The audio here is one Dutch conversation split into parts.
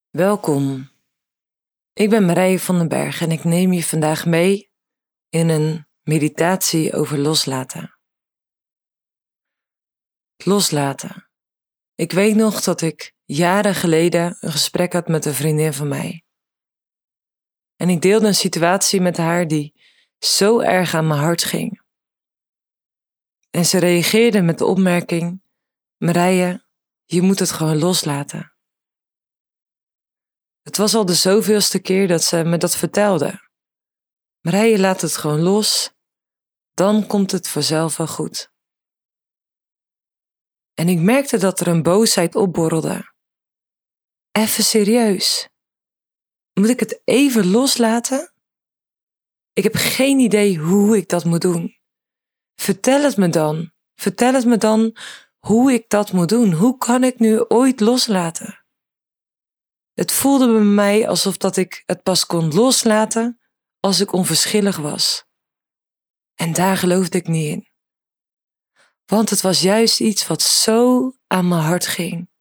Welkom, ik ben Marije van den Berg en ik neem je vandaag mee in een meditatie over loslaten. Loslaten. Ik weet nog dat ik jaren geleden een gesprek had met een vriendin van mij. En ik deelde een situatie met haar die zo erg aan mijn hart ging. En ze reageerde met de opmerking: Marije, je moet het gewoon loslaten. Het was al de zoveelste keer dat ze me dat vertelde. Marije, laat het gewoon los, dan komt het vanzelf wel goed. En ik merkte dat er een boosheid opborrelde. Even serieus. Moet ik het even loslaten? Ik heb geen idee hoe ik dat moet doen. Vertel het me dan. Vertel het me dan hoe ik dat moet doen. Hoe kan ik nu ooit loslaten? Het voelde bij mij alsof dat ik het pas kon loslaten als ik onverschillig was. En daar geloofde ik niet in. Want het was juist iets wat zo aan mijn hart ging.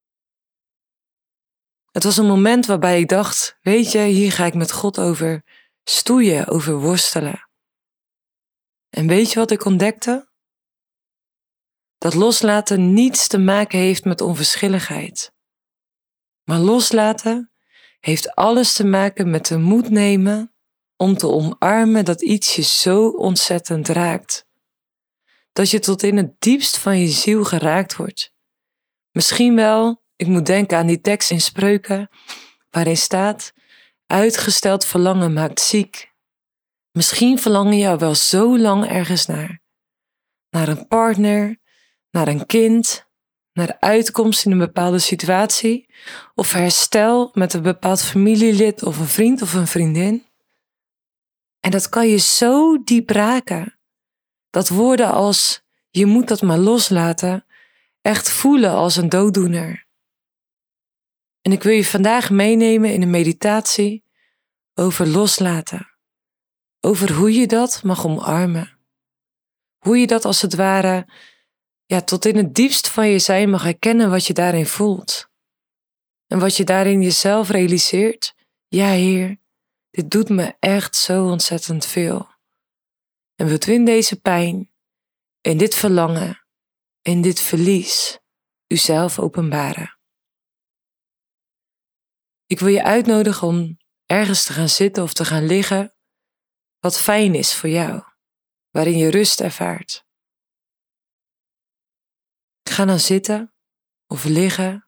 Het was een moment waarbij ik dacht, weet je, hier ga ik met God over stoeien, over worstelen. En weet je wat ik ontdekte? Dat loslaten niets te maken heeft met onverschilligheid. Maar loslaten heeft alles te maken met de moed nemen om te omarmen dat iets je zo ontzettend raakt. Dat je tot in het diepst van je ziel geraakt wordt. Misschien wel, ik moet denken aan die tekst in Spreuken, waarin staat: uitgesteld verlangen maakt ziek. Misschien verlang je al wel zo lang ergens naar. Naar een partner, naar een kind, naar de uitkomst in een bepaalde situatie, of herstel met een bepaald familielid of een vriend of een vriendin. En dat kan je zo diep raken, dat woorden als je moet dat maar loslaten echt voelen als een dooddoener. En ik wil je vandaag meenemen in een meditatie over loslaten. Over hoe je dat mag omarmen. Hoe je dat als het ware tot in het diepst van je zijn mag herkennen wat je daarin voelt. En wat je daarin jezelf realiseert. Ja, Heer, dit doet me echt zo ontzettend veel. En wilt u in deze pijn, in dit verlangen, in dit verlies, uzelf openbaren. Ik wil je uitnodigen om ergens te gaan zitten of te gaan liggen wat fijn is voor jou, waarin je rust ervaart. Ga dan zitten of liggen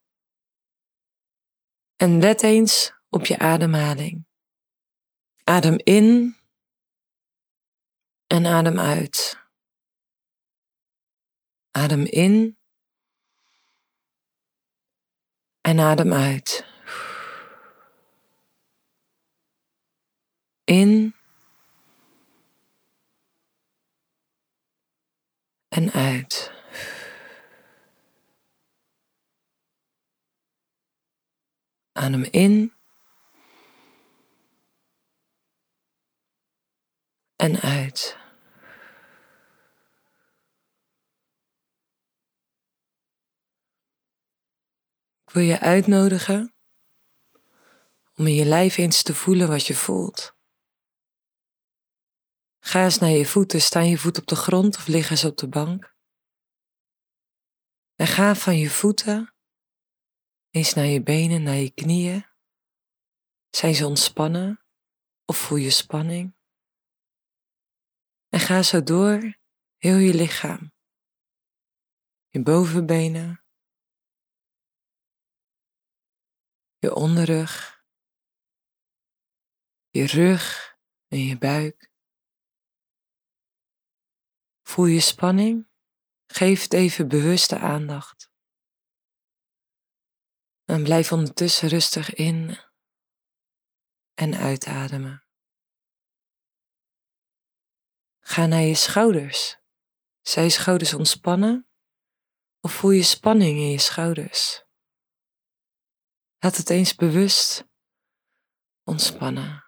en let eens op je ademhaling. Adem in en adem uit. Adem in en adem uit. In en uit. Adem in en uit. Ik wil je uitnodigen om in je lijf eens te voelen wat je voelt. Ga eens naar je voeten. Staan je voeten op de grond of liggen ze op de bank? En ga van je voeten eens naar je benen, naar je knieën. Zijn ze ontspannen of voel je spanning? En ga zo door heel je lichaam. Je bovenbenen, je onderrug, je rug en je buik. Voel je spanning? Geef het even bewuste aandacht. En blijf ondertussen rustig in en uitademen. Ga naar je schouders. Zijn je schouders ontspannen? Of voel je spanning in je schouders? Laat het eens bewust ontspannen.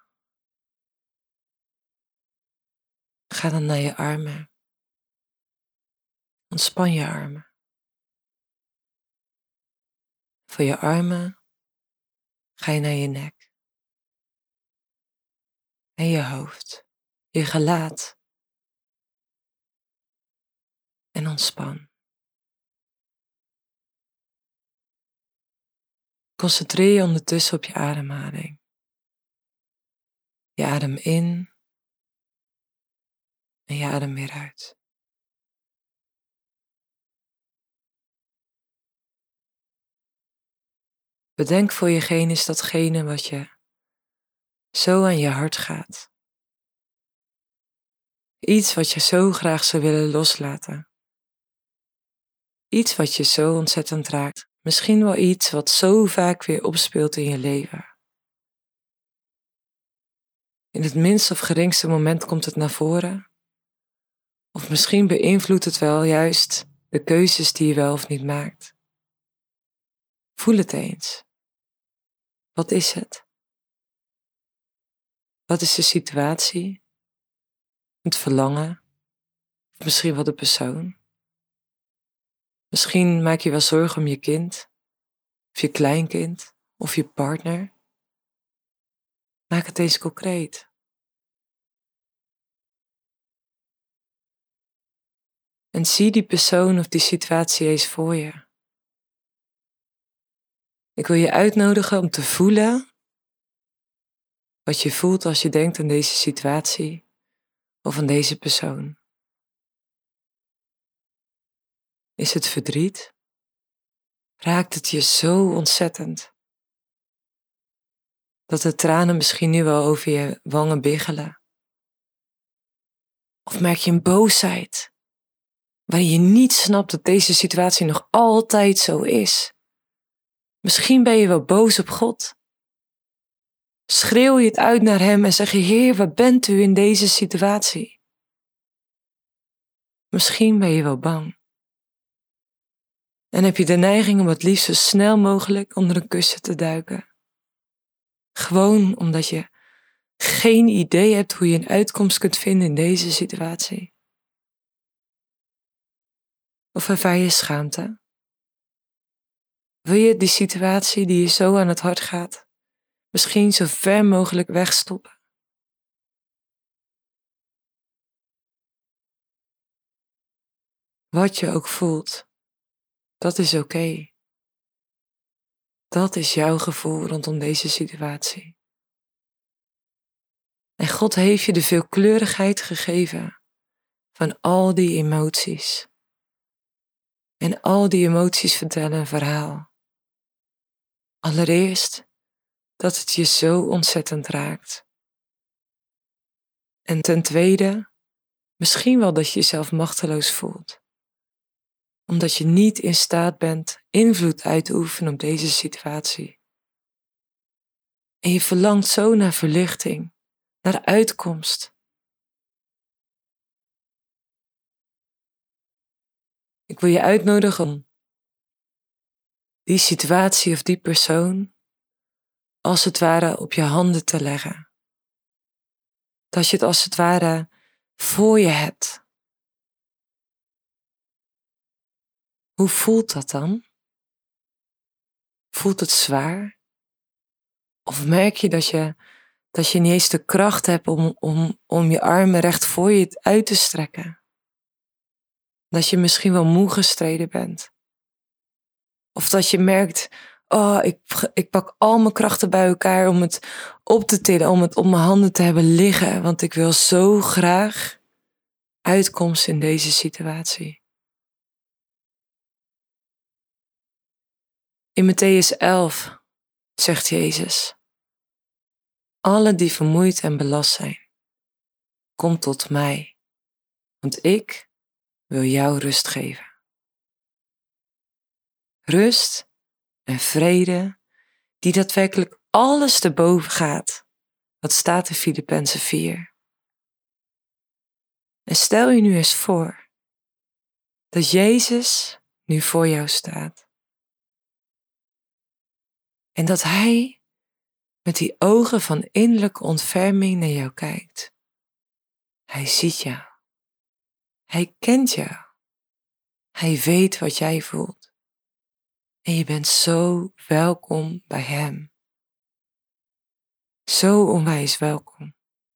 Ga dan naar je armen. Ontspan je armen. Voor je armen ga je naar je nek. En je hoofd, je gelaat. En ontspan. Concentreer je ondertussen op je ademhaling. Je adem in en je adem weer uit. Bedenk voor jegene is datgene wat je zo aan je hart gaat. Iets wat je zo graag zou willen loslaten. Iets wat je zo ontzettend raakt. Misschien wel iets wat zo vaak weer opspeelt in je leven. In het minst of geringste moment komt het naar voren. Of misschien beïnvloedt het wel juist de keuzes die je wel of niet maakt. Voel het eens. Wat is het? Wat is de situatie? Het verlangen? Of misschien wel de persoon? Misschien maak je wel zorgen om je kind, of je kleinkind, of je partner. Maak het eens concreet. En zie die persoon of die situatie eens voor je. Ik wil je uitnodigen om te voelen wat je voelt als je denkt aan deze situatie of aan deze persoon. Is het verdriet? Raakt het je zo ontzettend dat de tranen misschien nu wel over je wangen biggelen? Of merk je een boosheid waarin je niet snapt dat deze situatie nog altijd zo is? Misschien ben je wel boos op God. Schreeuw je het uit naar Hem en zeg je: Heer, waar bent u in deze situatie? Misschien ben je wel bang. En heb je de neiging om het liefst zo snel mogelijk onder een kussen te duiken. Gewoon omdat je geen idee hebt hoe je een uitkomst kunt vinden in deze situatie. Of ervaar je schaamte? Wil je die situatie die je zo aan het hart gaat, misschien zo ver mogelijk wegstoppen? Wat je ook voelt, dat is oké. Dat is jouw gevoel rondom deze situatie. En God heeft je de veelkleurigheid gegeven van al die emoties. En al die emoties vertellen een verhaal. Allereerst dat het je zo ontzettend raakt. En ten tweede, misschien wel dat je jezelf machteloos voelt. Omdat je niet in staat bent invloed uit te oefenen op deze situatie. En je verlangt zo naar verlichting, naar uitkomst. Ik wil je uitnodigen om die situatie of die persoon als het ware op je handen te leggen. Dat je het als het ware voor je hebt. Hoe voelt dat dan? Voelt het zwaar? Of merk je dat je niet eens de kracht hebt om je armen recht voor je uit te strekken? Dat je misschien wel moe gestreden bent. Of dat je merkt, oh, ik pak al mijn krachten bij elkaar om het op te tillen, om het op mijn handen te hebben liggen. Want ik wil zo graag uitkomst in deze situatie. In Mattheüs 11 zegt Jezus: alle die vermoeid en belast zijn, kom tot mij, want ik wil jou rust geven. Rust en vrede, die daadwerkelijk alles te boven gaat. Dat staat in Filippenzen 4. En stel je nu eens voor dat Jezus nu voor jou staat. En dat Hij met die ogen van innerlijke ontferming naar jou kijkt. Hij ziet jou. Hij kent jou. Hij weet wat jij voelt. En je bent zo welkom bij Hem. zo onwijs welkom.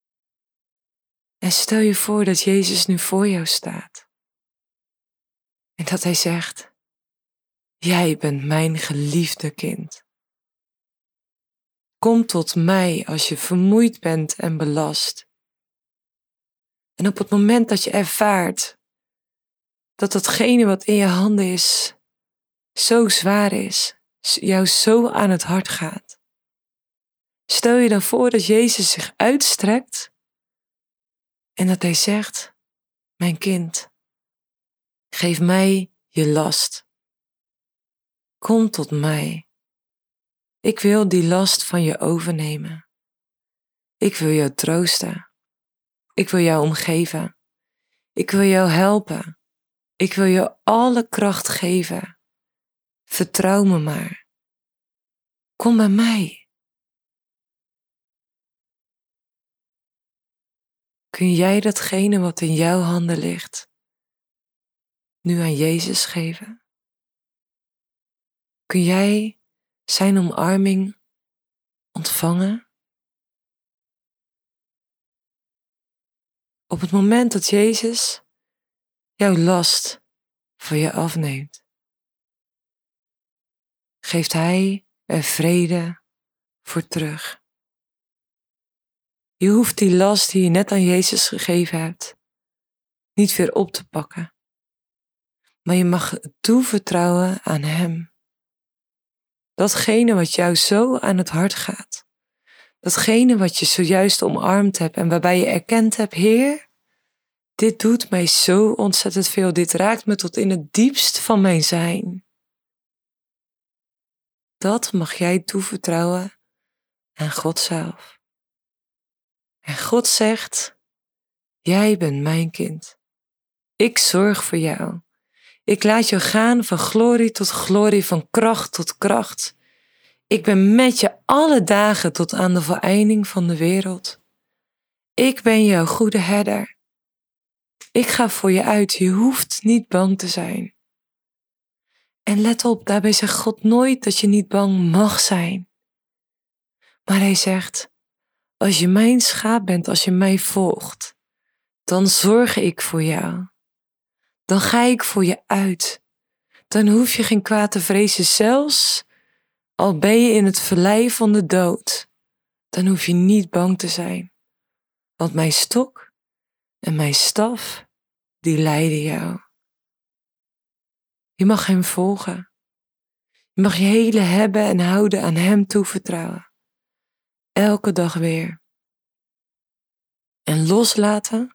En stel je voor dat Jezus nu voor jou staat. En dat hij zegt, jij bent mijn geliefde kind. Kom tot mij als je vermoeid bent en belast. En op het moment dat je ervaart dat datgene wat in je handen is, zo zwaar is, jou zo aan het hart gaat. Stel je dan voor dat Jezus zich uitstrekt en dat hij zegt, mijn kind, geef mij je last. Kom tot mij. Ik wil die last van je overnemen. Ik wil jou troosten. Ik wil jou omgeven. Ik wil jou helpen. Ik wil jou alle kracht geven. Vertrouw me maar. Kom bij mij. Kun jij datgene wat in jouw handen ligt, nu aan Jezus geven? Kun jij zijn omarming ontvangen? Op het moment dat Jezus jouw last van je afneemt, geeft Hij er vrede voor terug. Je hoeft die last die je net aan Jezus gegeven hebt, niet weer op te pakken. Maar je mag het toevertrouwen aan Hem. Datgene wat jou zo aan het hart gaat. Datgene wat je zojuist omarmd hebt en waarbij je erkend hebt, Heer, dit doet mij zo ontzettend veel. Dit raakt me tot in het diepst van mijn zijn. Dat mag jij toevertrouwen aan God zelf. En God zegt, jij bent mijn kind. Ik zorg voor jou. Ik laat jou gaan van glorie tot glorie, van kracht tot kracht. Ik ben met je alle dagen tot aan de voleinding van de wereld. Ik ben jouw goede herder. Ik ga voor je uit, je hoeft niet bang te zijn. En let op, daarbij zegt God nooit dat je niet bang mag zijn. Maar hij zegt, als je mijn schaap bent, als je mij volgt, dan zorg ik voor jou. Dan ga ik voor je uit. Dan hoef je geen kwaad te vrezen, zelfs al ben je in het vallei van de dood. Dan hoef je niet bang te zijn. Want mijn stok en mijn staf, die leiden jou. Je mag hem volgen. Je mag je hele hebben en houden aan hem toevertrouwen. Elke dag weer. En loslaten.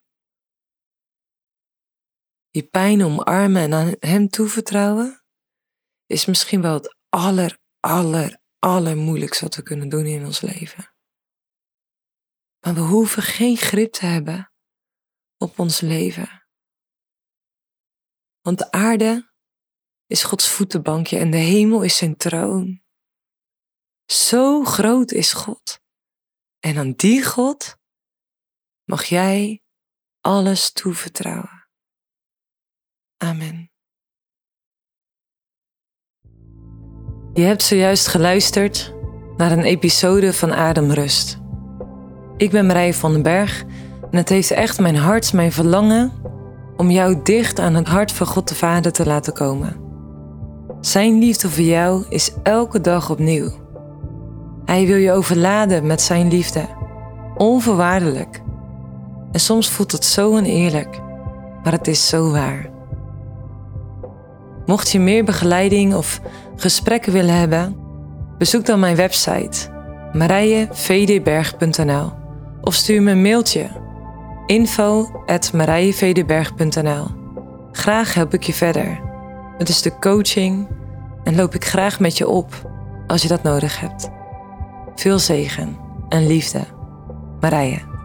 Je pijn omarmen en aan hem toevertrouwen is misschien wel het allermoeilijkste wat we kunnen doen in ons leven. Maar we hoeven geen grip te hebben op ons leven. Want de aarde is Gods voetenbankje en de hemel is zijn troon. Zo groot is God. En aan die God mag jij alles toevertrouwen. Amen. Je hebt zojuist geluisterd naar een episode van Ademrust. Ik ben Marije van den Berg en het heeft echt mijn hart, mijn verlangen om jou dicht aan het hart van God de Vader te laten komen. Zijn liefde voor jou is elke dag opnieuw. Hij wil je overladen met zijn liefde, onvoorwaardelijk. En soms voelt het zo oneerlijk, maar het is zo waar. Mocht je meer begeleiding of gesprekken willen hebben, bezoek dan mijn website marijevdberg.nl of stuur me een mailtje info@marijevdberg.nl. Graag help ik je verder met een stuk coaching en loop ik graag met je op als je dat nodig hebt. Veel zegen en liefde. Marije.